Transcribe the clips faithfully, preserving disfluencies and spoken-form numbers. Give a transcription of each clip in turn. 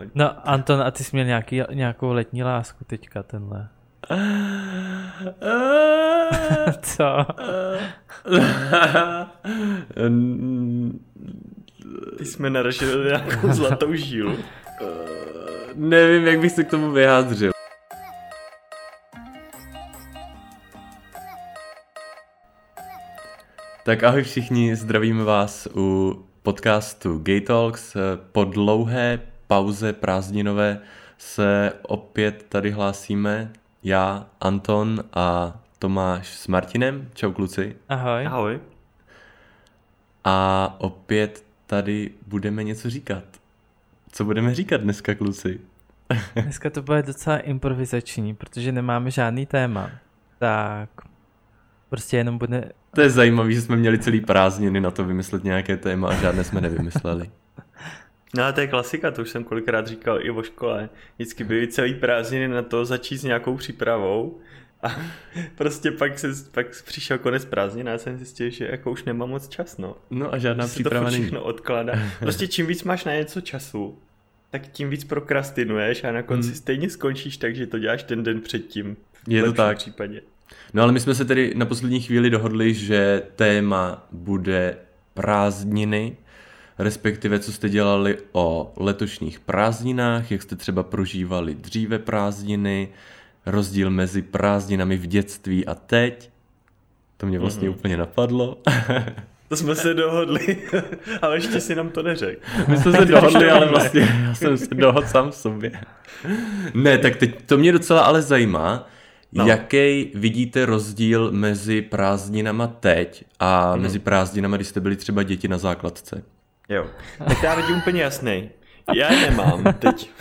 No Anton, a ty jsi měl nějaký, nějakou letní lásku teďka tenhle. Co? Ty jsme naražili nějakou zlatou žílu. Nevím, jak bych se k tomu vyjádřil. Tak ahoj všichni, zdravíme vás u podcastu Gay Talks. Po dlouhé pauze prázdninové se opět tady hlásíme já, Anton a Tomáš s Martinem. Čau kluci. Ahoj. Ahoj. A opět tady budeme něco říkat. Co budeme říkat dneska, kluci? Dneska to bude docela improvizační, protože nemáme žádný téma. Tak prostě jenom bude... To je zajímavé, že jsme měli celý prázdniny na to vymyslet nějaké téma a žádné jsme nevymysleli. No ale to je klasika, to už jsem kolikrát říkal i o škole. Vždycky byly celý prázdniny na to začít s nějakou přípravou a prostě pak, se, pak přišel konec prázdnin a já jsem zjistil, že jako už nemám moc čas, no. No a žádná že příprava se to není. všechno odkládá. Prostě čím víc máš na něco času, tak tím víc prokrastinuješ a na konci hmm. stejně skončíš tak, že to děláš ten den předtím. Je to tak. Případě. No ale my jsme se tedy na poslední chvíli dohodli, že téma bude prázdniny, respektive co jste dělali o letošních prázdninách, jak jste třeba prožívali dříve prázdniny, rozdíl mezi prázdninami v dětství a teď. To mě vlastně mm-hmm. úplně napadlo. To jsme se dohodli, ale ještě si nám to neřekl. My jsme se dohodli, ale vlastně já jsem se dohodl sám sobě. Ne, tak teď to mě docela ale zajímá, no. Jaký vidíte rozdíl mezi prázdninama teď a mm. mezi prázdninama, když jste byli třeba děti na základce? Jo, tak já vidím úplně jasnej. Já je nemám teď.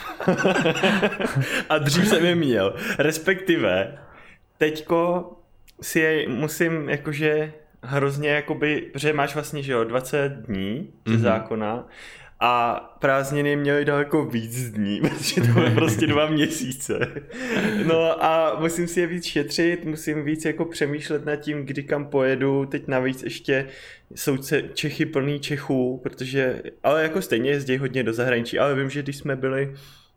A dřív jsem je měl. Respektive, teďko si je musím jakože hrozně jakoby, protože máš vlastně, že jo, dvacet dní ze mm-hmm. zákona a prázdniny měly daleko víc dní, protože to byly prostě dva měsíce. No a musím si je víc šetřit, musím víc jako přemýšlet nad tím, kdy kam pojedu, teď navíc ještě jsou Čechy plný Čechů, protože, ale jako stejně jezdí hodně do zahraničí, ale vím, že když jsme byli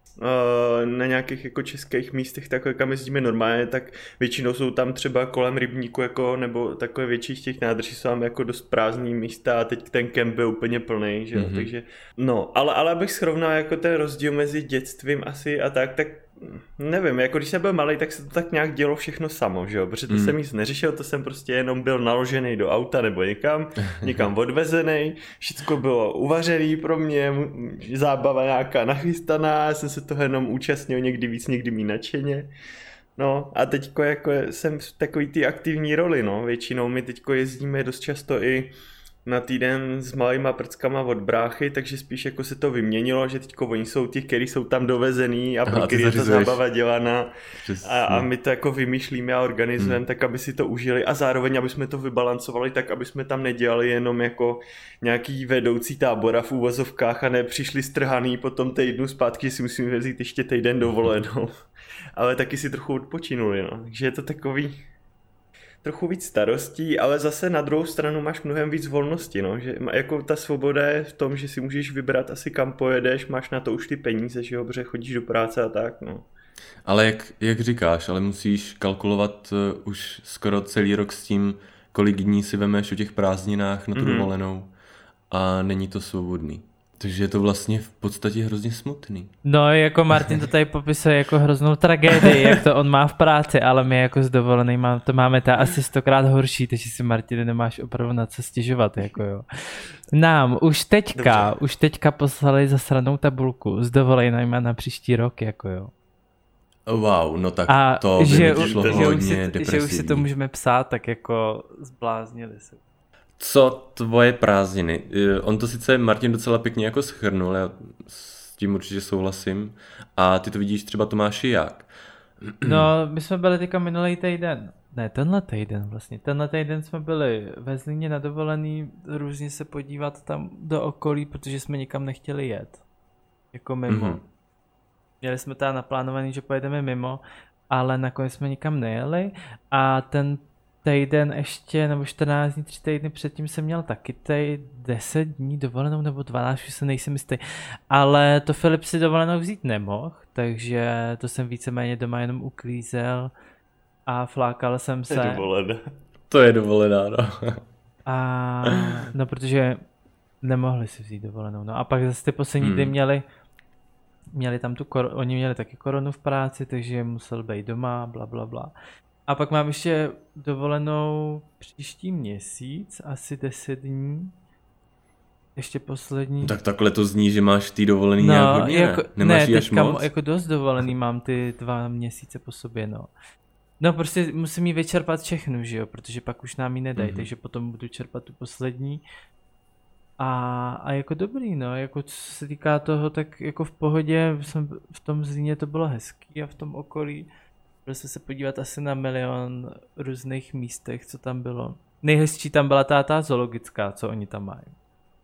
na nějakých jako českých místech, takové kam jezdíme normálně, tak většinou jsou tam třeba kolem rybníku jako, nebo takové větších těch nádrží jsou tam jako dost prázdný místa a teď ten kemp byl úplně plný, že jo, mm-hmm. takže no, ale, ale abych srovnal jako ten rozdíl mezi dětstvím asi a tak, tak nevím, jako když jsem byl malý, tak se to tak nějak dělo všechno samo, že jo, protože to mm. jsem nic neřešil, to jsem prostě jenom byl naložený do auta nebo někam, někam odvezený, všechno bylo uvařený pro mě, zábava nějaká nachystaná, já jsem se toho jenom účastnil někdy víc, někdy méně nadšeně. No a teďko jako jsem v takový ty aktivní roli, no, většinou my teďko jezdíme dost často i na týden s malýma prckama od bráchy, takže spíš jako se to vyměnilo, že teďko oni jsou ti, kteří jsou tam dovezený a pro který je ta zábava dělaná a, a my to jako vymýšlíme a organizujeme hmm. tak, aby si to užili a zároveň, aby jsme to vybalancovali tak, aby jsme tam nedělali jenom jako nějaký vedoucí tábora v úvozovkách a nepřišli strhaný po tom týdnu zpátky, že si musíme vzít ještě týden dovolenou, ale taky si trochu odpočinuli, no. Takže je to takový trochu víc starostí, ale zase na druhou stranu máš mnohem víc volnosti, no, že jako ta svoboda je v tom, že si můžeš vybrat asi kam pojedeš, máš na to už ty peníze, že jo, protože chodíš do práce a tak, no. Ale jak, jak říkáš, ale musíš kalkulovat uh, už skoro celý rok s tím, kolik dní si vemeš o těch prázdninách na tu mm-hmm. dovolenou a není to svobodný. Takže je to vlastně v podstatě hrozně smutný. No, jako Martin to tady popisuje jako hroznou tragédii, jak to on má v práci, ale my jako s dovoleným to máme ta asi stokrát horší, takže si, Martin, nemáš opravdu na co stěžovat, jako jo. Nám už teďka, Dobře. už teďka poslali zasranou tabulku s dovolenýma na příští rok, jako jo. Wow, no tak a to by že, mi přišlo že hodně si, depresivní. Že už si to můžeme psát, tak jako zbláznili se. Co tvoje prázdniny? On to sice Martin docela pěkně jako shrnul, já s tím určitě souhlasím. A ty to vidíš třeba, Tomáši, jak? No, my jsme byli teďka minulý týden. Ne, tenhle týden vlastně. Tenhle týden jsme byli ve Zlíně na dovolený, různě se podívat tam do okolí, protože jsme nikam nechtěli jet. Jako mimo. Mm-hmm. Měli jsme teda naplánovaný, že pojedeme mimo, ale nakonec jsme nikam nejeli a ten týden ještě, nebo čtrnáct dní, tři týdny předtím jsem měl taky tady deset dní dovolenou, nebo dvanáct, už se nejsem jistý. Ale to Filip si dovolenou vzít nemohl, takže to jsem víceméně doma jenom uklízel a flákal jsem se. To je dovolená. To je dovolená, no. A no, protože nemohli si vzít dovolenou. No a pak zase ty poslední Hmm. dny měli, měli tam tu, kor- oni měli taky koronu v práci, takže musel být doma, bla, bla, bla. A pak mám ještě dovolenou příští měsíc, asi deset dní. Ještě poslední. Tak takhle to zní, že máš ty dovolený nějak hodně, jako, ne? Nemáš ne, až teďka moc? jako dost dovolený mám ty dva měsíce po sobě, no. No prostě musím jí vyčerpat všechnu, že jo, protože pak už nám ji nedají, Mhm. takže potom budu čerpat tu poslední. A, a jako dobrý, no, jako co se týká toho, tak jako v pohodě, jsem v tom Zlíně to bylo hezký a v tom okolí. Byl jsem se podívat asi na milion různých místech, co tam bylo. Nejhezčí tam byla ta, ta zoologická, co oni tam mají.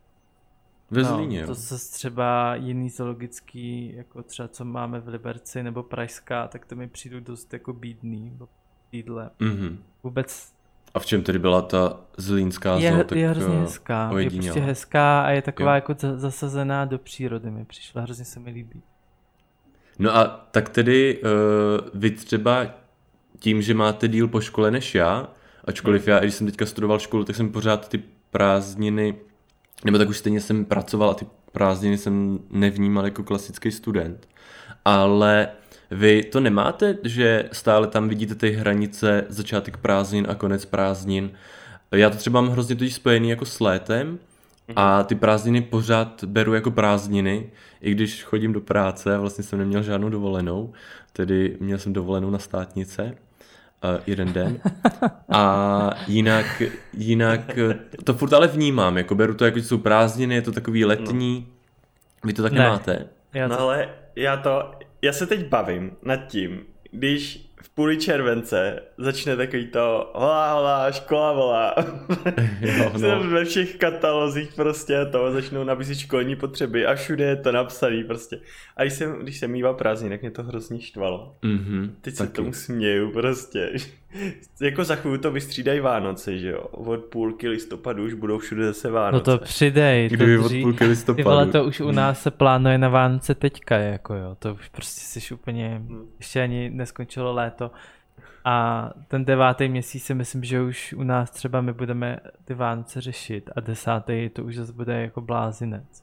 Ve No, Zlíně, to jo. zase třeba jiný zoologický, jako třeba co máme v Liberci nebo Pražská, tak to mi přijdu dost jako bídný, bo jídle. Mhm. Vůbec A v čem tedy byla ta zlínská je, zoo? Tak, je hrozně eh, hezká, je ojedinělá. prostě hezká a je taková Jo. jako za- zasazená do přírody mi přišla, hrozně se mi líbí. No a tak tedy uh, vy třeba tím, že máte díl po škole než já, ačkoliv já, i když jsem teďka studoval školu, tak jsem pořád ty prázdniny, nebo tak už stejně jsem pracoval a ty prázdniny jsem nevnímal jako klasický student. Ale vy to nemáte, že stále tam vidíte ty hranice, začátek prázdnin a konec prázdnin. Já to třeba mám hrozně totiž spojený jako s létem a ty prázdniny pořád beru jako prázdniny, i když chodím do práce a vlastně jsem neměl žádnou dovolenou, tedy měl jsem dovolenou na státnice, uh, jeden den. A jinak, jinak to furt ale vnímám, jako beru to jako, že jsou prázdniny, je to takový letní. Vy to tak Ne. nemáte? Já No to, ale já to, já se teď bavím nad tím, když v půli července začne takový to hola hola, škola volá. Jo, no. Jsem ve všech katalozích prostě to začnou nabízet školní potřeby a všude je to napsaný prostě. A když jsem, když jsem mýval prázdniny, tak mě to hrozně štvalo. Mhm, Teď se taky. tomu směju prostě. Jako za chvíli to vystřídají Vánoce, že jo? Od půlky listopadu už budou všude zase no Vánoce. to přidej, to Kdyby od dří- půlky ty vole, listopadu. to už u nás se plánuje na Vánoce teďka, jako jo, to už prostě jsi úplně, Hmm. ještě ani neskončilo léto. A ten devátý měsíc si myslím, že už u nás třeba my budeme ty Vánoce řešit a desátý to už zase bude jako blázinec.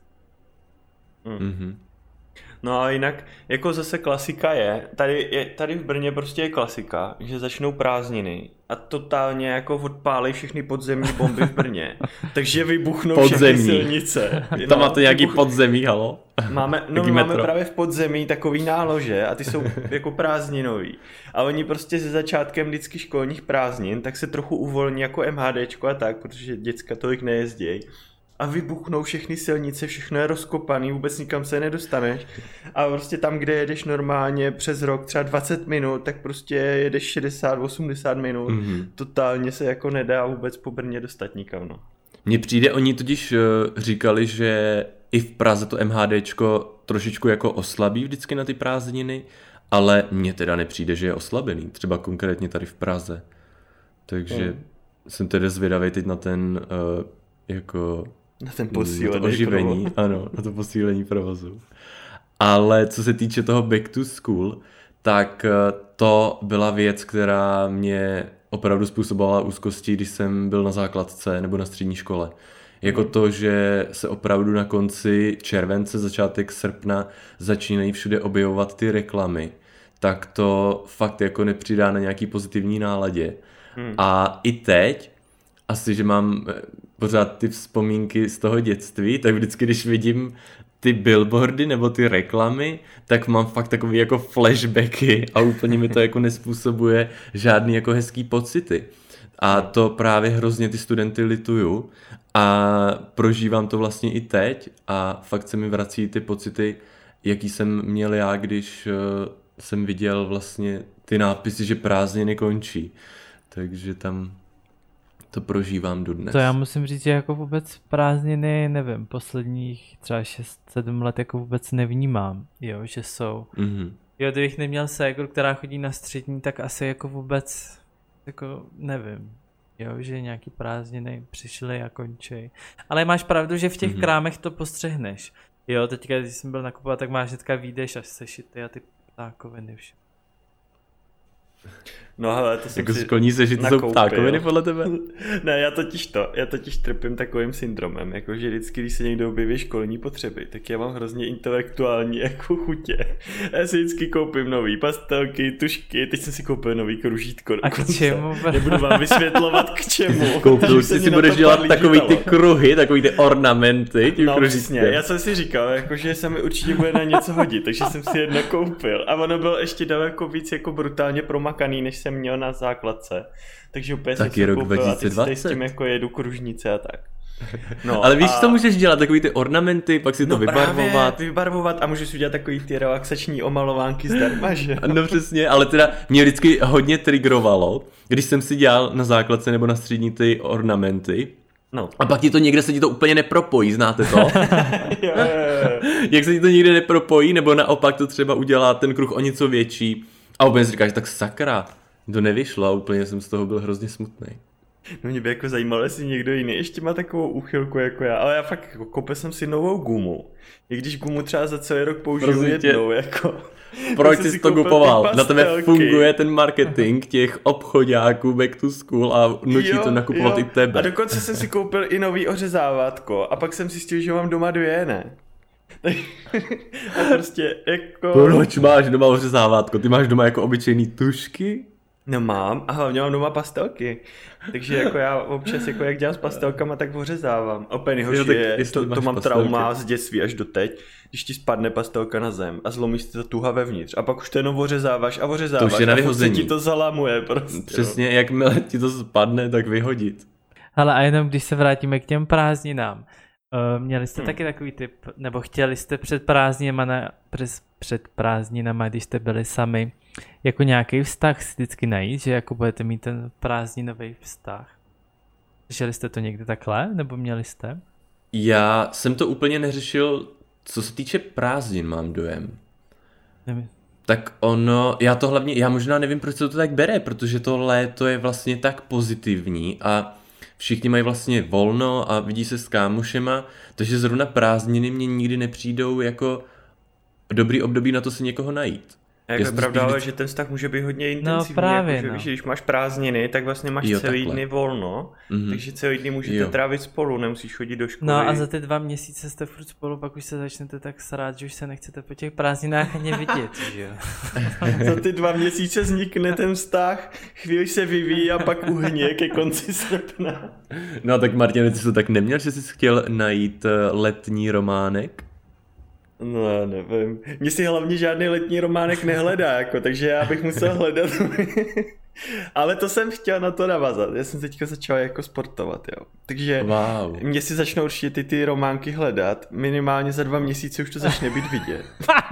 Mhm. No a jinak, jako zase klasika je, tady, je, tady v Brně prostě je klasika, že začnou prázdniny a totálně jako odpálí všechny podzemní bomby v Brně. Takže vybuchnou Podzemní. všechny silnice. Tam máte nějaký vybuch- podzemí, halo? Máme, no Taky my máme metro. právě v podzemí takový nálože a ty jsou jako prázdninový. A oni prostě se začátkem vždycky školních prázdnin, tak se trochu uvolní jako MHDčko a tak, protože děcka tolik nejezdějí. A vybuchnou všechny silnice, všechno je rozkopaný, vůbec nikam se nedostaneš. A prostě tam, kde jedeš normálně přes rok, třeba dvacet minut, tak prostě jedeš šedesát osmdesát minut. Mhm. Totálně se jako nedá vůbec po Brně dostat nikam, no. Mně přijde, oni totiž uh, říkali, že i v Praze to MHDčko trošičku jako oslabí vždycky na ty prázdniny, ale mně teda nepřijde, že je oslabený, třeba konkrétně tady v Praze. Takže Hmm. jsem tedy zvědavý teď na ten uh, jako Na ten na posílený to oživení, provoz. ano, na to posílení provozu. Ale co se týče toho back to school, tak eh, to byla věc, která mě opravdu způsobovala úzkosti, když jsem byl na základce nebo na střední škole. Jako to, že se opravdu na konci července, začátek srpna začínají všude objevovat ty reklamy, tak to fakt jako nepřidá na nějaký pozitivní náladě. Hmm. A i teď, asi, že mám eh, pořád ty vzpomínky z toho dětství, tak vždycky, když vidím ty billboardy nebo ty reklamy, tak mám fakt takový jako flashbacky a úplně mi to jako nespůsobuje žádný jako hezký pocity. A to právě hrozně ty studenty lituju a prožívám to vlastně i teď a fakt se mi vrací ty pocity, jaký jsem měl já, když uh, jsem viděl vlastně ty nápisy, že prázdniny končí. Takže tam to prožívám dodnes. To já musím říct, že jako vůbec prázdniny, nevím, posledních třeba šest sedm let jako vůbec nevnímám, jo, že jsou. Mhm. Jo, kdybych neměl ségru, která chodí na střední, tak asi jako vůbec, jako nevím. Jo, že nějaký prázdniny přišly a končí. Ale máš pravdu, že v těch mm-hmm. krámech to postřehneš. Jo, teďka, když jsem byl nakupovat, tak máš teďka výjdeš až sešity a ty ptákoviny vše. No ale to jsem jako si školní sešity jsou ptákoviny podle tebe? Ne, já totiž to, já totiž trpím takovým syndromem, jako že vždycky, když se někdo objeví školní potřeby, tak já mám hrozně intelektuální jako chutě. Já si vždycky koupím nový pastelky, tušky, teď jsem si koupil nový kružítko. A k čemu? Nebudu vám vysvětlovat k čemu. Koupil si si budeš dělat takový ty kruhy, takový ty ornamenty tím no, kružítkem. Přesně, já jsem si říkal, jako, že se mi určitě bude na něco hodit, takže jsem si jedno koupil. A ono bylo ještě daleko víc jako brutálně promakaný, než jsem měl na základce. Takže úplně Taky jsem rok koupil dva tisíce dvacet. A teď s tím jako jedu kružnice a tak. No, ale víš, a... co můžeš dělat? Takový ty ornamenty, pak si no to vybarvovat. vybarvovat a můžeš udělat takový ty relaxační omalovánky zdarma, že? No přesně, ale teda mě vždycky hodně triggerovalo, když jsem si dělal na základce nebo na střední ty ornamenty. No. A pak ti to někde se ti to úplně nepropojí, znáte to? jo, jo, jo. Jak se ti to někde nepropojí, nebo naopak to třeba udělá ten kruh o něco větší. A úplně si říkáš, tak sakra, to nevyšlo a úplně jsem z toho byl hrozně smutný. No mě by jako zajímalo, jestli někdo jiný ještě má takovou úchylku jako já, ale já fakt jako koupil jsem si novou gumu. I když gumu třeba za celý rok použiju Prosím tě, jednou, jako... Proč jsi to kupoval? Na tebe funguje ten marketing těch obchodáků back to school a nutí jo, to nakupovat jo. i tebe. A dokonce jsem si koupil i nový ořezávátko a pak jsem si stěžil, že mám doma dvě, ne? A prostě jako... Proč máš doma ořezávátko? Ty máš doma jako obyčejný tušky? No mám a hlavně mám doma pastelky. Takže jako já občas jako jak dělám s pastelkama, tak ořezávám. A úplně nejhorší je, to, to mám pastelky. Trauma z dětství až do teď, když ti spadne pastelka na zem a zlomíš si to tuha vevnitř a pak už to jenom ořezáváš a ořezáváš to už je na vyhození. A ti to zalamuje prostě. Přesně, jakmile ti to spadne, tak vyhodit. Hele, a jenom když se vrátíme k těm prázdninám. Uh, měli jste hmm. taky takový typ, nebo chtěli jste před prázdninama, na, před, před prázdninama, když jste byli sami, jako nějaký vztah si vždycky najít, že jako budete mít ten prázdninový vztah? Řešili jste to někdy takhle, nebo měli jste? Já jsem to úplně neřešil, co se týče prázdnin, mám dojem. Nevím. Tak ono, já to hlavně, já možná nevím, proč se to tak bere, protože to léto je vlastně tak pozitivní a všichni mají vlastně volno a vidí se s kámošema, takže zrovna prázdniny mě nikdy nepřijdou jako dobrý období na to si někoho najít. A jako je pravda, ale že ten vztah může být hodně intenzivní, no, právě, jako, že, no. víš, když máš prázdniny, tak vlastně máš jo, celý takhle. dny volno, mm-hmm. takže celý dny můžete jo. trávit spolu, nemusíš chodit do školy. No a za ty dva měsíce jste furt spolu, pak už se začnete tak srát, že už se nechcete po těch prázdninách ani vidět, že jo? Za ty dva měsíce vznikne ten vztah, chvíli se vyvíjí a pak uhně ke konci srpna. No tak Martin, ty jsi to tak neměl, že jsi chtěl najít letní románek? No já nevím. Mně si hlavně žádný letní románek nehledá, jako, takže já bych musel hledat. Ale to jsem chtěl na to navazat. Já jsem teďka začal jako sportovat, jo. Takže wow. Mě si začnou určitě ty, ty románky hledat. Minimálně za dva měsíce už to začne být vidět.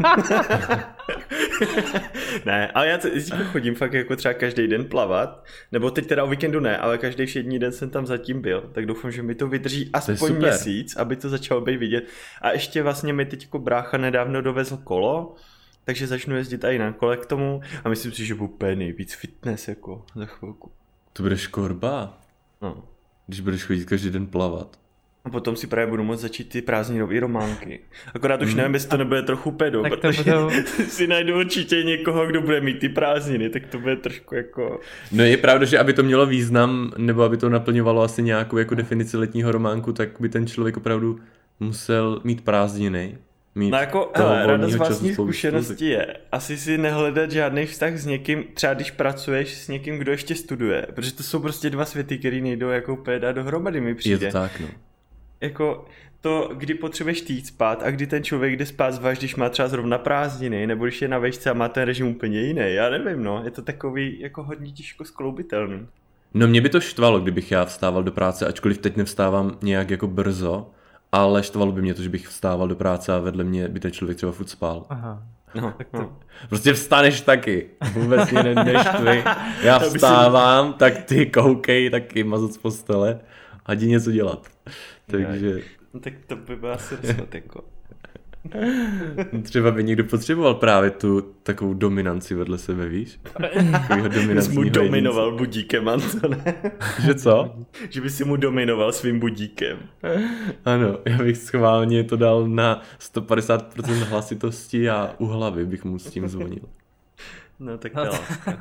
Ne, ale já teďka chodím fakt jako třeba každý den plavat. Nebo teď teda o víkendu ne, ale každý všední den jsem tam zatím byl. Tak doufám, že mi to vydrží aspoň měsíc, aby to začalo být vidět. A ještě vlastně mi teď jako brácha nedávno dovezl kolo. Takže začnu jezdit i na kole k tomu a myslím si, že bude úplně nejvíc fitness jako za chvilku. To bude škorba, no. Když budeš chodit každý den plavat. A potom si právě budu moct začít ty prázdninové románky. Akorát už mm. nevím, jestli to nebude trochu pedo, tak protože budou... si najdu určitě někoho, kdo bude mít ty prázdniny, tak to bude trošku jako... No je pravda, že aby to mělo význam, nebo aby to naplňovalo asi nějakou jako definici letního románku, tak by ten člověk opravdu musel mít prázdniny. No jako, hele, rada z vlastní zkušenosti je asi si nehledat žádný vztah s někým, třeba když pracuješ s někým, kdo ještě studuje, protože to jsou prostě dva světy, který nejdou jako úplně dát dohromady, mi přijde. Je to tak, no. Jako to, kdy potřebuješ jít spát a kdy ten člověk jde spát zvlášť, když má třeba zrovna prázdniny, nebo když je na vejšce a má ten režim úplně jiný, já nevím, no, je to takový jako hodně těžko skloubitelný. No mě by to štvalo, kdybych já vstával do práce, ačkoliv teď nevstávám nějak jako brzo, ale štvalo by mě to, že bych vstával do práce a vedle mě by ten člověk třeba furt spál. Aha. No, tak to... no. Prostě vstaneš taky, vůbec mě ne, neštvi. Já vstávám, tak ty koukej taky mazat z postele a jdi něco dělat. Takže... No tak to by bylo asi rozpad, jako. Třeba by někdo potřeboval právě tu takovou dominanci vedle sebe, víš? Takovýho Jsi mu dominantního dominoval budíkem, Antone. Že co? Že by si mu dominoval svým budíkem. Ano, já bych schválně to dal na sto padesát procent hlasitosti a u hlavy bych mu s tím zvonil. No tak to je láska.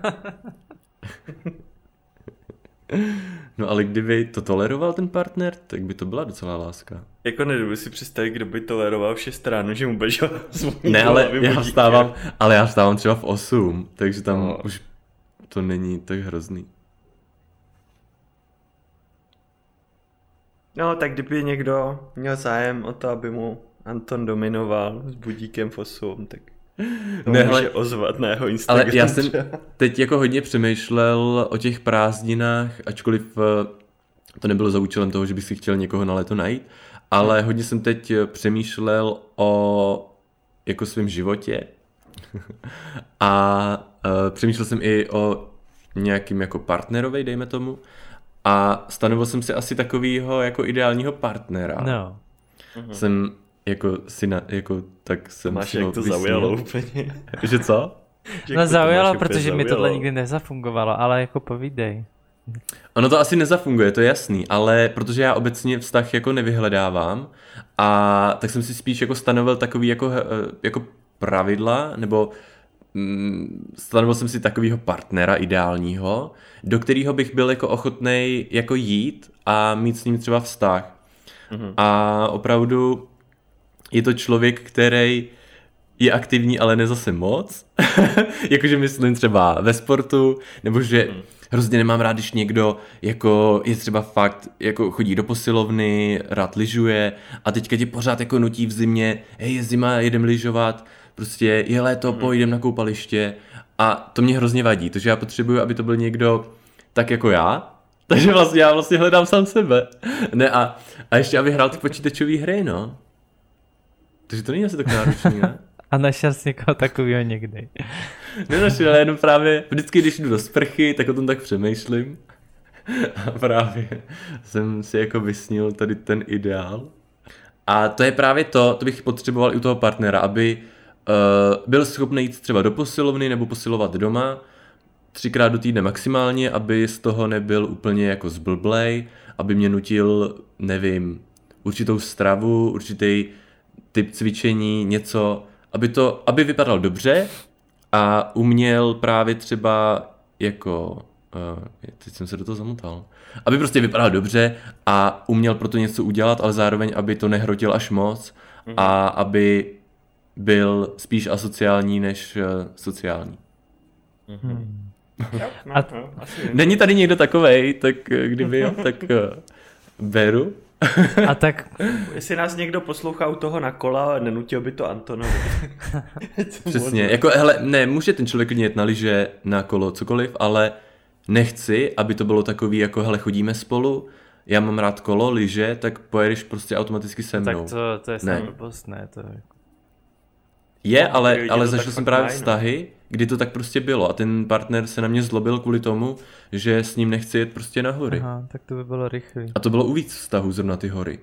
No ale kdyby to toleroval ten partner, tak by to byla docela láska. Jako nedobu si představit, kdo by toleroval v šest ráno, že mu budeš zvonit. Ne, ale já vstávám, ale já vstávám třeba v osm, takže tam no. Už to není tak hrozný. No, tak kdyby někdo měl zájem o to, aby mu Anton dominoval s budíkem v osm, tak to ne, může ozvat na jeho Instagram. Ale já jsem teď jako hodně přemýšlel o těch prázdninách, ačkoliv to nebylo za účelem toho, že bych si chtěl někoho na léto najít, ale hmm. hodně jsem teď přemýšlel o jako svém životě a uh, přemýšlel jsem i o nějakým jako partnerovi, dejme tomu, a stanovil jsem si asi takovýho jako ideálního partnera. No. Jsem jako si na, jako tak jsem máš, si jak ho to vysnil. zaujalo úplně. Že co? Že No to zaujalo, to protože zaujalo. mi tohle nikdy nezafungovalo, ale jako povídej. Ono to asi nezafunguje, to je jasný, ale protože já obecně vztah jako nevyhledávám a tak jsem si spíš jako stanovil takový jako, jako pravidla, nebo mm, stanovil jsem si takovýho partnera ideálního, do kterého bych byl jako ochotnej jako jít a mít s ním třeba vztah. Mm-hmm. A opravdu je to člověk, který je aktivní, ale ne zase moc. Jakože myslím třeba ve sportu, nebo že mm. hrozně nemám rád, když někdo jako je třeba fakt, jako chodí do posilovny, rád lyžuje a teďka tě pořád jako nutí v zimě, hej, je zima, jedem lyžovat, prostě je léto, mm. pojdem na koupaliště a to mě hrozně vadí, takže já potřebuju, aby to byl někdo tak jako já, takže vlastně já vlastně hledám sám sebe. Ne a, a ještě aby hrál ty počítačové hry, no. Takže to není asi tak náročný, ne? A našel jsi někoho takového někdy. Nenašel, ale jenom právě vždycky, když jdu do sprchy, tak o tom tak přemýšlím. A právě jsem si jako vysnil tady ten ideál. A to je právě to, to bych potřeboval i u toho partnera, aby uh, byl schopný jít třeba do posilovny nebo posilovat doma, třikrát do týdne maximálně, aby z toho nebyl úplně jako zblblej, aby mě nutil, nevím, určitou stravu, určitý typ cvičení, něco, aby to, aby vypadal dobře a uměl právě třeba jako, uh, teď jsem se do toho zamotal, aby prostě vypadal dobře a uměl pro to něco udělat, ale zároveň, aby to nehrotil až moc mm-hmm. a aby byl spíš asociální než uh, sociální. Mm-hmm. No, a no, asi Není tady někdo takovej, tak kdyby jo, tak uh, beru. A tak... Jestli nás někdo poslouchá u toho na kola, nenutil by to Antonovi. Přesně, jako hele, ne, může ten člověk klidně jet na lyže, na kolo, cokoliv, ale nechci, aby to bylo takový jako hele, chodíme spolu, já mám rád kolo, lyže, tak pojedeš prostě automaticky se mnou. Tak to, to je ne. snad blbost, ne, to je... Je, No, ale, je ale to zažil tak jsem fakt právě mají, no. vztahy, kdy to tak prostě bylo a ten partner se na mě zlobil kvůli tomu, že s ním nechci jet prostě na hory. Aha, tak to by bylo rychlý. A to bylo u víc vztahů zrovna ty hory.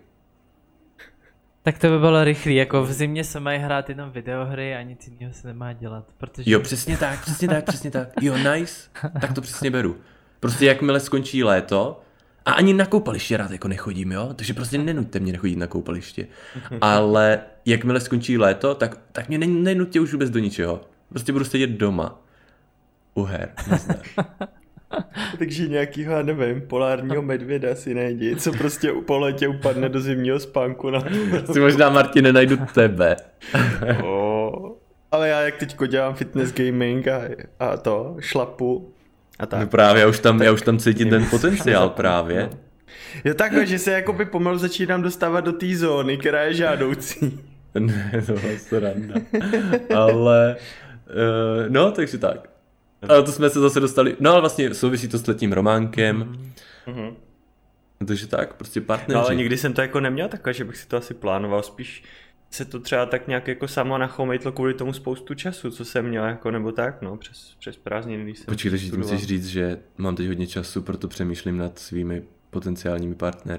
Tak to by bylo rychlý, jako v zimě se mají hrát jenom videohry a nic jiného se nemá dělat, protože... Jo, přesně tak, přesně tak, přesně tak. Jo, nice, tak to přesně beru. Prostě jakmile skončí léto, a ani na koupaliště rád jako nechodím, jo? Takže prostě nenuďte mě nechodit na koupaliště. Ale jakmile skončí léto, tak, tak mě nenutě už vůbec do ničeho. Prostě budu sedět doma. U her. Takže nějakýho, já nevím, polárního medvěda si najdi, co prostě po létě upadne do zimního spánku. Na... Si možná, Martine, najdu tebe. oh, ale já jak teďko dělám fitness gaming a, a to, šlapu a tak. No právě, já už tam, já už tam cítím ten potenciál právě. Je takhle, že se jakoby pomalu začínám dostávat do té zóny, která je žádoucí. Ne, to byla sranda. Ale, uh, no, takže tak. Ale to jsme se zase dostali, no ale vlastně souvisí to s letním románkem. Mm-hmm. Takže tak, prostě partneři. No ale nikdy jsem to jako neměl takhle, že bych si to asi plánoval, spíš se to třeba tak nějak jako samo nachomejtlo kvůli tomu spoustu času, co jsem měl jako nebo tak, no, přes, přes prázdniny, když jsem Počkej, takže studoval. musíš říct, že mám teď hodně času, proto přemýšlím nad svými potenciálními partnery.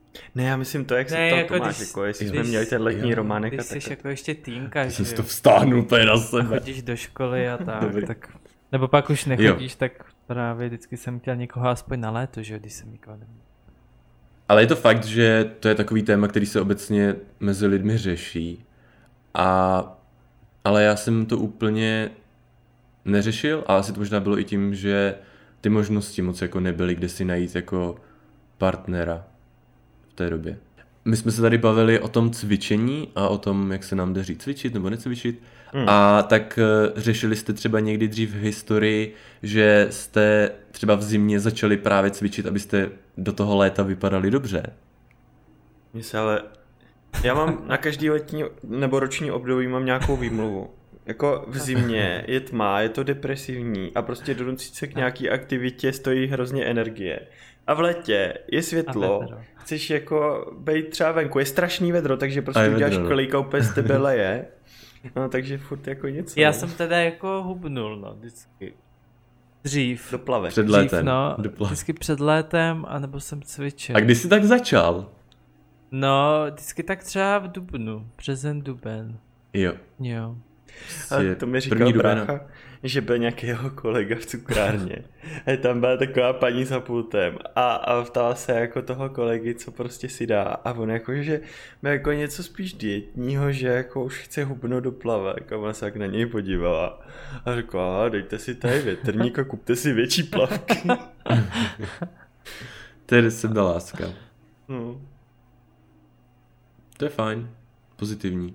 Ne, já myslím to, jak Ne, se to jako Tomáš, když- jako jestli když- jsme měli ten letní jo, románek a Když tak. jsi jako ještě týnka, Já že jsem si jo, to vstáhnul úplně na a sebe. chodíš do školy a tak, Dobrý. tak... Nebo pak už nechodíš, tak právě vždycky jsem chtěl někoho aspoň na léto, že jo, když jsem nikoho neměl. Ale je to fakt, že to je takový téma, který se obecně mezi lidmi řeší. A, ale já jsem to úplně neřešil a asi to možná bylo i tím, že ty možnosti moc jako nebyly, kde si najít jako partnera v té době. My jsme se tady bavili o tom cvičení a o tom, jak se nám daří cvičit nebo necvičit. Hmm. A tak uh, řešili jste třeba někdy dřív v historii, že jste třeba v zimě začali právě cvičit, abyste do toho léta vypadali dobře? Mně se ale... Já mám na každý letní nebo roční období mám nějakou výmluvu. Jako v zimě je tma, je to depresivní a prostě donutit se k nějaký aktivitě stojí hrozně energie. A v létě je světlo, chceš jako být třeba venku, je strašný vedro, takže prostě uděláš kolik a úplně z tebe leje. No takže furt jako něco. Já no. jsem teda jako hubnul, no, vždycky. Dřív. Do plavek. Před Dřív, létem. no, Do plavek. vždycky před létem, anebo jsem cvičil. A kdy jsi tak začal? No, vždycky tak třeba v dubnu, březen, duben. Jo. Jo. A to mi říkal brácha, že byl nějaký jeho kolega v cukrárně. A tam byla taková paní za pultem a, a ptala se jako toho kolegy, co prostě si dá. A on jako, že má jako něco spíš dietního, že jako už chce hubnout do plavek. A ona se tak na něj podívala a řekla, dejte si tady větrník a kupte si větší plavky. To je sebeláska. No. To je fajn. Pozitivní.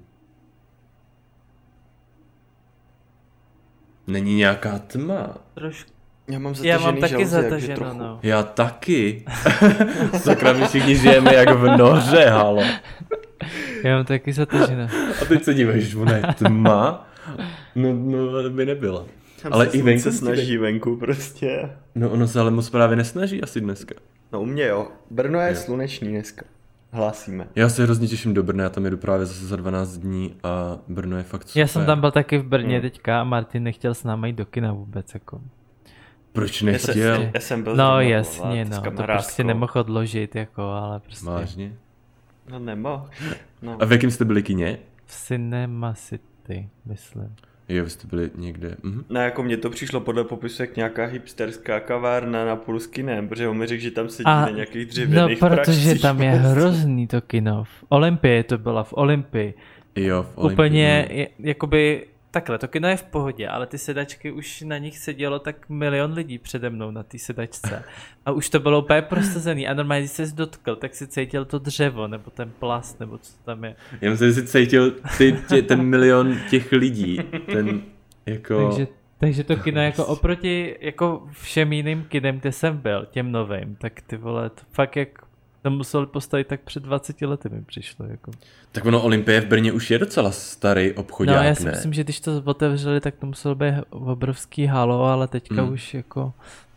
Není nějaká tma. Trošku. Já mám Já mám zatažený taky žaludek, že zataženo, trochu. no. Já taky. Sakra, my všichni žijeme jak v noře, halo. Já mám taky zataženo. A teď se díváš, ona je tma. No, no, by nebyla. Tam Ale se i venku se snaží venku prostě. No ono se ale moc právě nesnaží asi dneska. No u mě jo. Brno je Jo. sluneční dneska. Hlásíme. Já se hrozně těším do Brna, já tam jedu právě zase za dvanáct dní a Brno je fakt super. Já jsem tam byl taky v Brně Hmm. teďka a Martin nechtěl s námi jít do kina vůbec, jako. Proč Já, se, nechtěl? já jsem byl No zrovna jasně, volat s no, to kamarádkou. prostě nemohl odložit, jako, ale prostě Vážně? No nemohl. No. A v jakém jste byli kině? v Cinema City, myslím. Jo, vy jste byli někde. Mhm. No jako mně to přišlo podle popisu jak nějaká hipsterská kavárna na půl s kinem, protože on mi řekl, že tam sedí A- na nějakých No, dřevěných protože pračcích tam je prostě. hrozný to kino. V Olympii to byla, v Olympii. Jo, v Olympii, Úplně, no. je, jakoby, takhle, to kino je v pohodě, ale ty sedačky už na nich sedělo tak milion lidí přede mnou na té sedačce. A už to bylo úplně prosazený. A normálně, když ses dotkl, tak si cítil to dřevo, nebo ten plast, nebo co tam je. Jenom jsem si cítil ty, tě, ten milion těch lidí. Ten jako... Takže, takže to kino jako oproti jako všem jiným kinem, kde jsem byl, těm novým, tak ty vole, to fakt jak to museli postavit tak před dvaceti lety mi přišlo. Jako. Tak ono Olympie v Brně už je docela starý obchodák, No já si ne? myslím, že když to otevřeli, tak to muselo být obrovský halo, ale teďka Hmm. už jako...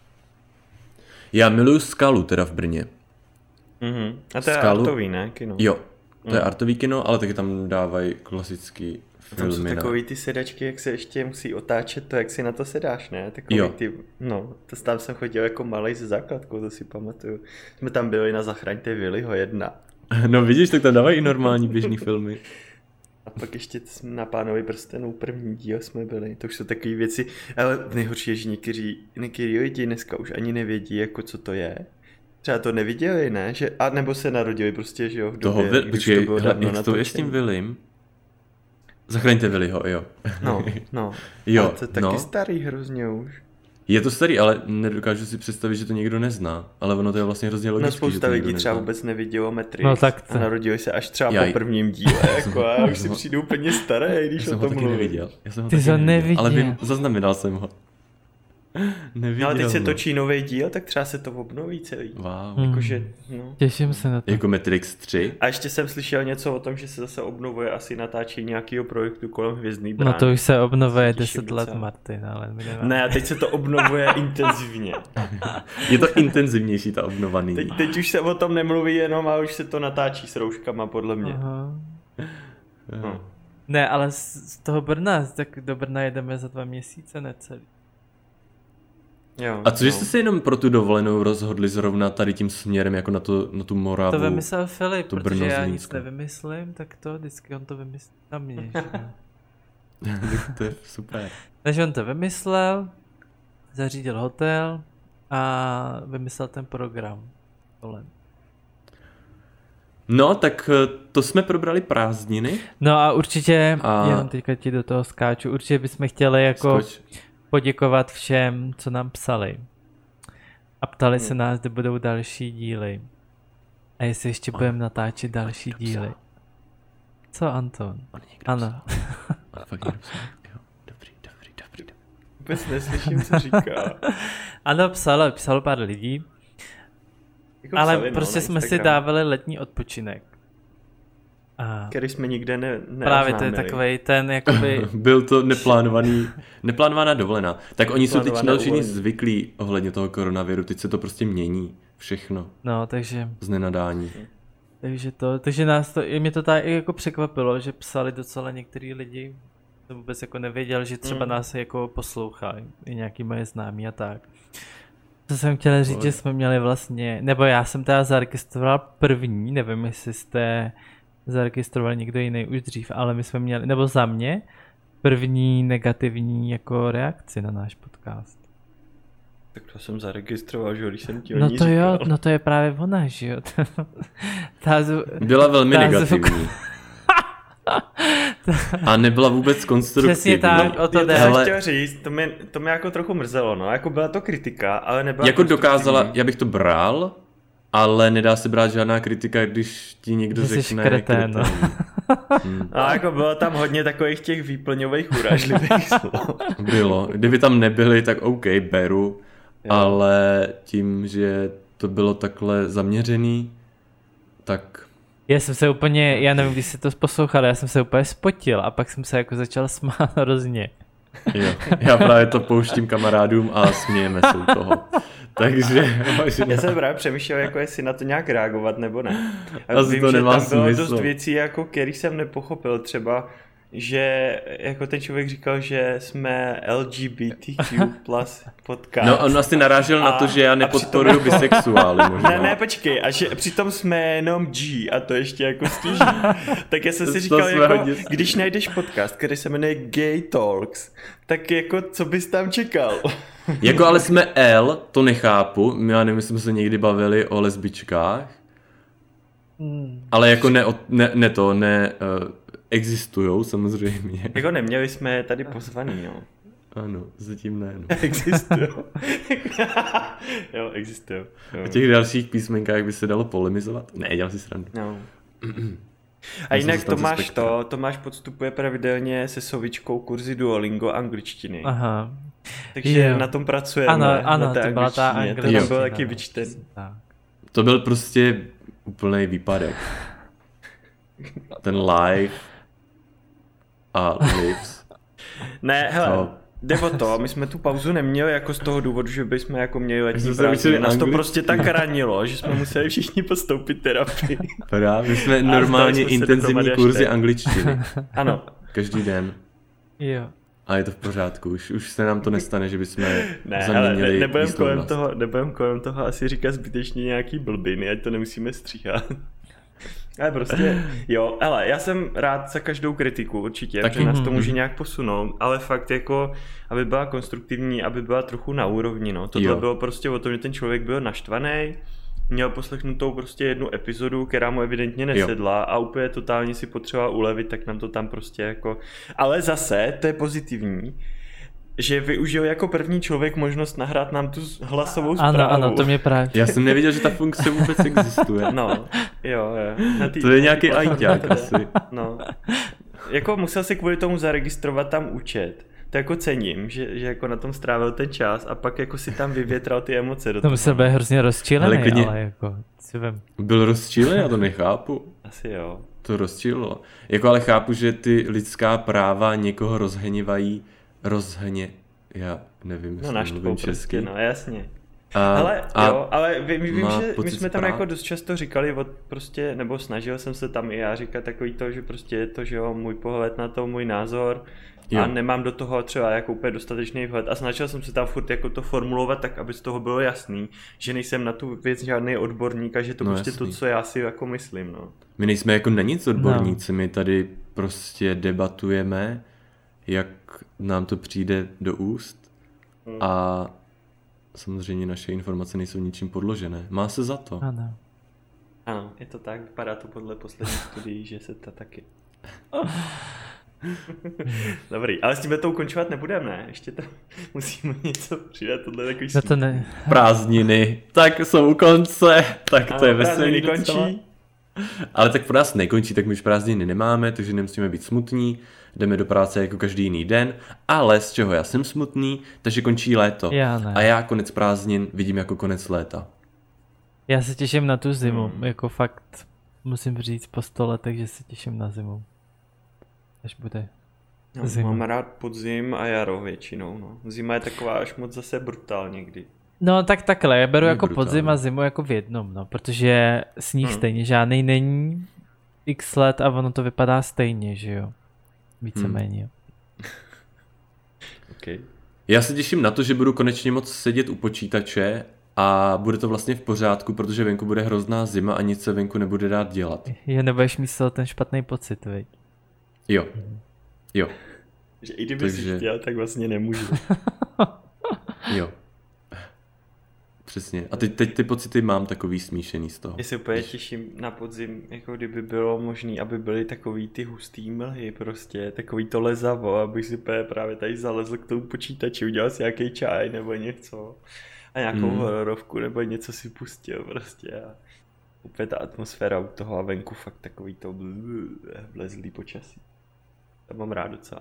Já miluju Skalu teda v Brně. Mhm. A to je Skalu. artový, ne? Kino. Jo, to je Mm. artový kino, ale taky tam dávají klasický Tam jsou filmy. takový ty sedačky, jak se ještě musí otáčet to, jak si na to sedáš, ne? Takový Jo. ty, no, to tam jsem chodil jako malej se základkou, to si pamatuju. Jsme tam byli na Zachraňte Willyho jedna. No vidíš, tak tam dávají i normální běžný filmy. A pak ještě jsme na Pánovi prstenů první díl jsme byli, to už jsou takové věci, ale nejhorší je, že někteří, někteří lidi dneska už ani nevědí, jako co to je. Třeba to neviděli, ne? Že, a nebo se narodili prostě, že jo, v Toho, době, vi- když počkej, to bylo hele, dávno jak to je s tím natočený. Willym? Zachraňte Willyho, jo. No, no. Jo, A to je taky no. starý hrozně už. Je to starý, ale nedokážu si představit, že to někdo nezná. Ale ono to je vlastně hrozně logické, No že spousta to někdo lidí třeba nezná. vůbec nevidělo Matrix No tak to- a narodili se až třeba Jaj. po prvním díle, jako a já už si přijdu úplně starý, když Já o jsem ho tom taky mluvím. neviděl. Já jsem ho Ty taky jsi ho neviděl. Ale neviděl. vím, zaznamenal jsem ho. Neviděl, No ale teď se no. točí nový díl, tak třeba se to obnoví celý. Wow. Hmm. Jakože, no. Těším se na to. Jako Matrix tři? A ještě jsem slyšel něco o tom, že se zase obnovuje asi natáčení nějakého projektu kolem Hvězdný brány. No to už se obnovuje Se těším deset let, docela. Martin, ale my nemáme. Ne, a teď se to obnovuje intenzivně. Je to intenzivnější ta obnova nyní. Teď, teď už se o tom nemluví jenom a už se to natáčí s rouškama, podle mě. Aha. No. Ne, ale z, z toho Brna, tak do Brna jedeme za dva měsíce, ne celý. Jo, A cože no. jste se jenom pro tu dovolenou rozhodli zrovna tady tím směrem, jako na, to, na tu Moravu? To vymyslel Filip, to protože Brno, já nic Zlínsko. nevymyslím, tak to vždycky on to vymyslí na mě. To je super. Takže on to vymyslel, zařídil hotel a vymyslel ten program. Tohle. No, tak to jsme probrali prázdniny. No a určitě, A- jenom teďka ti do toho skáču, určitě bychom chtěli jako Skoč. poděkovat všem, co nám psali. A ptali se nás, kde budou další díly. A jestli ještě budeme natáčet další díly. Co, Anton? On někdo Ano. psal. On fakt někdo psal. Jo, dobrý, dobrý, dobrý. dobrý. Vůbec neslyším, co říká. Ano, psalo, psalo pár lidí. Jako Ale psali, no, prostě na jsme si Instagramu, dávali letní odpočinek. A který jsme nikde ne, právě to je neoznámili. takovej ten, jakoby, Byl to neplánovaný, neplánovaná dovolená. Tak oni jsou teď Plánované všichni uvolnění. zvyklí ohledně toho koronaviru, teď se to prostě mění. Všechno. no, takže, Z nenadání. takže to, takže nás to, i mě to tady jako překvapilo, že psali docela některý lidi, to vůbec jako nevěděl, že třeba Mm. nás jako poslouchají, i nějaký moje známí a tak. Co jsem chtěl říct, že jsme měli vlastně, nebo já jsem teda zaregistroval první, nevím, jestli jste zaregistroval někdo jiný už dřív, ale my jsme měli, nebo za mě, první negativní jako reakci na náš podcast. Tak to jsem zaregistroval, že jo, když jsem ti o No ní to jo, říkal. no to je právě ona, že jo. Ta zvu... Byla velmi Ta negativní. A nebyla vůbec konstruktivní. Přesně tak, o to Já jde. to jsem Ale- chtěl říct, to mě, to mě jako trochu mrzelo, no, jako byla to kritika, ale nebyla Jako konstruktivní. dokázala, já bych to bral, ale nedá se brát žádná kritika, když ti někdo Že jsi řekne kretén, no. Hmm. A jako bylo tam hodně takových těch výplňových urážlivých slov. Bylo. Kdyby tam nebyli, tak OK, beru, Jo. ale tím, že to bylo takhle zaměřený, tak Já jsem se úplně, já nevím, když jsi to poslouchal, já jsem se úplně spotil a pak jsem se jako začal smát hrozně. jo. Já právě to pouštím kamarádům a smějeme se u toho. Takže možná. Já jsem právě přemýšlel, jako jestli na to nějak reagovat nebo ne. A Asi vím, to že nemá tam bylo smysl. dost věcí, jako, kterých jsem nepochopil. Třeba, že jako ten člověk říkal, že jsme L G B T Q plus podcast. No on asi narážel na A- to, že já a nepodporuju přitom- bisexuály možná. Ne, ne, počkej, a že přitom jsme jenom G a to ještě jako stíží. Tak já jsem To si jsme říkal, jako, hodně- když najdeš podcast, který se jmenuje Gay Talks, tak jako co bys tam čekal? Jako ale jsme L, to nechápu, já nevím, jestli jsme se někdy bavili o lesbičkách, Hmm. ale jako ne, ne, ne to, ne, uh, existujou samozřejmě. Jako neměli jsme je tady pozvaný, jo. Ano, zatím ne. No. Existují. Jo, existují. Jo. O těch dalších písmenkách by se dalo polemizovat? Ne, dělám si srandu. No. A jsem jinak dostal ze Tomáš spektra. to, Tomáš podstupuje pravidelně se Sovičkou kurzy Duolingo angličtiny. Aha. Takže Jo. na tom pracujeme. Ano, na ano, té to byla ta angličtině. To angličtina. tam byl taky no, vyčten. přesně tak. To byl prostě úplný výpadek. Ten live a lives. Ne, hele, To- jde o to, my jsme tu pauzu neměli jako z toho důvodu, že bychom jako měli letní jsme se prázdniny. učili Nás to anglicky. prostě tak ranilo, že jsme museli všichni postoupit terapii. Právě, my jsme A normálně zdali jsme se intenzivní dohromady až kurzy teď. angličtiny. Ano. Každý den. Jo. A je to v pořádku, už, už se nám to nestane, že bychom Ne, ale ne, zaměnili nebudem kolem výslovnost. toho, nebudem kolem toho asi říkat zbytečně nějaký blbiny, ať to nemusíme stříhat. Ale prostě, jo, ale já jsem rád za každou kritiku určitě, Taky. že nás to Mhm. může nějak posunout, ale fakt jako, aby byla konstruktivní, aby byla trochu na úrovni, no. Tohle Jo. bylo prostě o tom, že ten člověk byl naštvaný, měl poslechnutou prostě jednu epizodu, která mu evidentně nesedla a úplně totálně si potřeboval ulevit, tak nám to tam prostě jako... Ale zase, to je pozitivní, že využil jako první člověk možnost nahrát nám tu hlasovou zprávu. Ano, ano, to mě právě. Já jsem nevěděl, že ta funkce vůbec existuje. No, jo, jo. Na tý, To je nějaký ajťák asi. No. Jako musel si kvůli tomu zaregistrovat tam účet. To jako cením, že, že jako na tom strávil ten čas a pak jako si tam vyvětral ty emoce do To toho. musel být hrozně rozčilený, Hele, klidně- ale jako, si vem. Byl rozčílený, já to nechápu. Asi jo. To rozčílilo. Jako ale chápu, že ty lidská práva někoho rozhněvají. Rozhně. Já nevím, No jestli naštvou mluvím prostě, česky. no jasně. A, Ale a jo, ale vím, vím má že my pocit jsme tam práv. jako dost často říkali od prostě, nebo snažil jsem se tam i já říkat takový to, že prostě je to, že jo, můj pohled na to, můj názor, Jo. A nemám do toho třeba jako úplně dostatečný vhled a snažil jsem se tam furt jako to formulovat tak, aby z toho bylo jasný, že nejsem na tu věc žádný odborník a že to no prostě jasný. To, co já si jako myslím, no. My nejsme jako na nic odborníci, no. My tady prostě debatujeme, jak nám to přijde do úst hmm. a samozřejmě naše informace nejsou ničím podložené. Má se za to. Ano. Ano, je to tak, vypadá to podle posledních studií, že se to taky. Dobrý, ale s tím to ukončovat nebudeme, ne? Ještě to musíme něco přidat, tohle je takový no to ne. Prázdniny, tak jsou u konce, tak ano, to je veselý končí. Ale tak pro nás nekončí, tak my už prázdniny nemáme, takže nemusíme být smutní, jdeme do práce jako každý jiný den, ale z čeho já jsem smutný, takže končí léto. Já ne. A já konec prázdnin vidím jako konec léta. Já se těším na tu zimu, hmm. jako fakt musím říct po sto letech, že se těším na zimu. Až bude no, zima. Mám rád podzim a jaro většinou, no. Zima je taková až moc zase brutál někdy. No tak takhle, já beru je jako brutální. Podzim a zimu jako v jednom, no, protože sníh hmm. stejně žádnej není x let a ono to vypadá stejně, že jo. Víceméně. Hmm. Okay. Já se těším na to, že budu konečně moc sedět u počítače a bude to vlastně v pořádku, protože venku bude hrozná zima a nic se venku nebude dát dělat. Je, nebudeš mít ten špatný pocit, veď? Jo. Jo. Že i kdyby Takže... si chtěl, tak vlastně nemůžu. Jo. Přesně. A teď, teď ty pocity mám takový smíšený z toho. Já se úplně těším na podzim, jako kdyby bylo možné, aby byly takový ty hustý mlhy prostě, takový to lezavo, abych si právě tady zalezl k tomu počítači, udělal si nějaký čaj nebo něco a nějakou mm. hororovku nebo něco si pustil prostě a úplně ta atmosféra u toho a venku fakt takový to vlezlý počasí. To mám rád docela.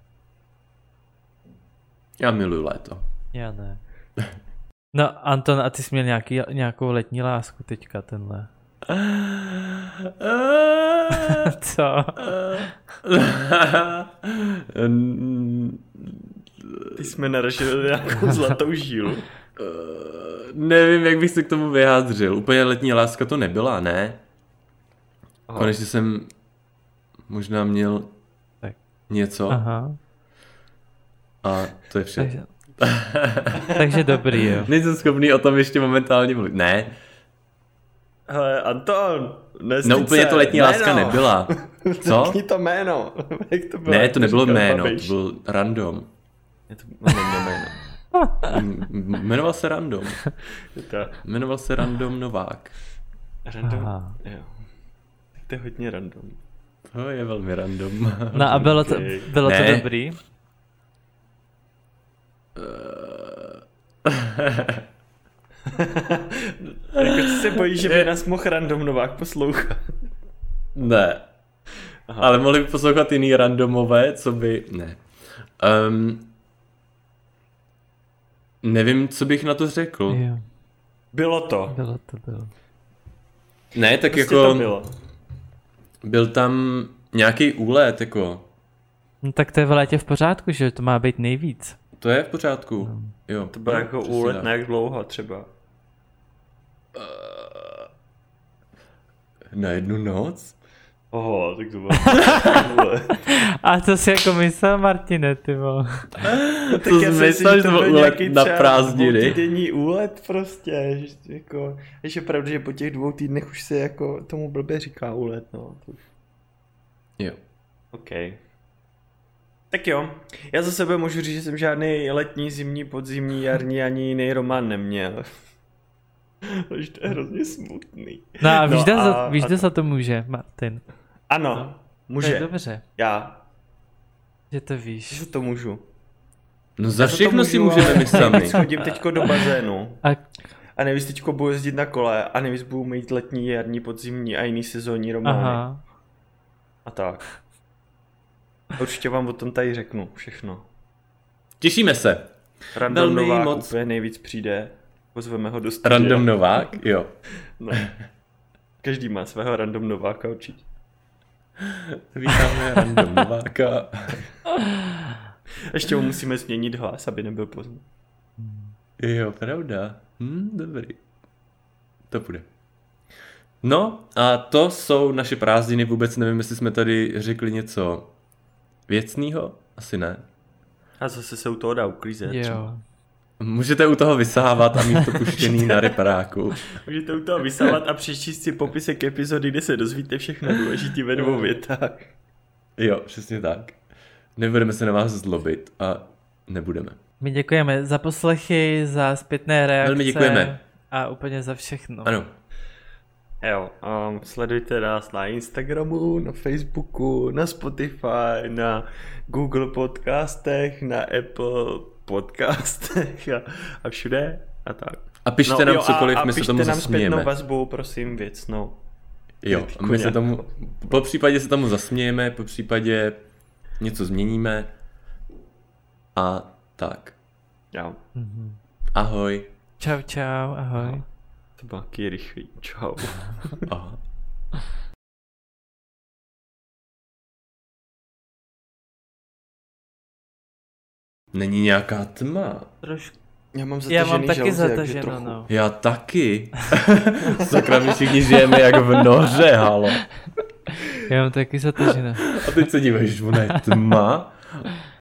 Já miluji léto. Já ne. No Anton, a ty jsi měl nějaký, nějakou letní lásku teďka tenhle? Co? Ty jsi mi naražil nějakou zlatou žílu. Nevím, jak bych se k tomu vyjádřil. Úplně letní láska to nebyla, ne? Aha. Konečně jsem možná měl tak. něco. Aha. A to je vše. Takže, takže dobrý, jo. Nejsem schopný o tom ještě momentálně mluvit. Ne. Hele, Anton, no úplně to letní jméno. Láska nebyla. Co? Řekni to jméno. Jak to bylo? Ne, to nebylo jméno, to byl random. Je to jméno. Jmenoval se Random. Jmenoval se Random Novák. Random? Aha. Jo. Tak to je hodně random. To je velmi random. No a bylo to, bylo to dobrý? Jako se bojíš, že by nás mohl Random Novák poslouchat. Ne. Aha. Ale mohli by poslouchat jiný randomové, co by... Ne. Um, nevím, co bych na to řekl. Jo. Bylo to. Bylo to, bylo. Ne, tak prostě jako... to bylo. Byl tam nějaký úlet, jako... No tak to je v létě v pořádku, že to má být nejvíc. To je v pořádku. No. Jo. To byl no, jako úlet tak. Na jak dlouho třeba? Uh, na jednu noc? Oho, tak to bylo. A to si jako myslel, Martine, ty vole. No, tak to já si myslel, že to byl nějaký na prázdniny. Dvoutídenní úlet prostě. Že, jako, ještě pravda, že po těch dvou týdnech už se jako tomu blbě říká úlet, no. To... Jo. OK. Tak jo, já za sebe můžu říct, že jsem žádný letní, zimní, podzimní, jarní ani jiný román neměl. Takže to je hrozně smutný. No a víš, no a, za, víš, a to... za to může, Martin? Ano, no, může. To je dobře. Já. Že to víš. Za to můžu. No za všechno si můžeme my sami. Chodím teďko do bazénu. A, a nejvíc teďko budu jezdit na kole a nejvíc budu mít letní, jarní, podzimní a jiný sezónní romány. Aha. A tak. Určitě vám o tom tady řeknu všechno. Těšíme se. Random Velmi Novák moc... úplně nejvíc přijde. Pozveme ho do studia. Random Novák, jo. No. Každý má svého Random Nováka určitě. Vítáme Random Nováka. Ještě mu musíme změnit hlas, aby nebyl poznat. Jo, pravda. Hm, dobrý. To bude. No a to jsou naše prázdniny. Vůbec nevím, jestli jsme tady řekli něco věcného, Asi ne. A zase se u toho dá uklízet. Jo. Můžete u toho vysávat a mít to puštěný na reparáku. Můžete u toho vysávat a přečíst si popisek epizody, kde se dozvíte všechno důležité ve dvou větách. Jo, přesně tak. Nebudeme se na vás zlobit a nebudeme. My děkujeme za poslechy, za zpětné reakce. Velmi děkujeme. A úplně za všechno. Ano. Jo, um, sledujte nás na Instagramu, na Facebooku, na Spotify, na Google podcastech, na Apple podcastech a, a všude a tak. A pište nám jo, cokoliv, a, a my se tomu nám zasmějeme. zpětnou vazbu, prosím, věcnou. Jo, a my se tomu, po případě se tomu zasmějeme, po případě něco změníme a tak. Jo. Mhm. Ahoj. Čau, čau, ahoj. To bylo taky rychlý. Čau. Aha. Není nějaká tma. Trošku. Já mám Já zatažený mám taky žaludek, takže zataženo, trochu. no. Já taky. Sakra, my všichni žijeme jak v noře, halo. Já mám taky zataženo. A teď se díváš, ona je tma.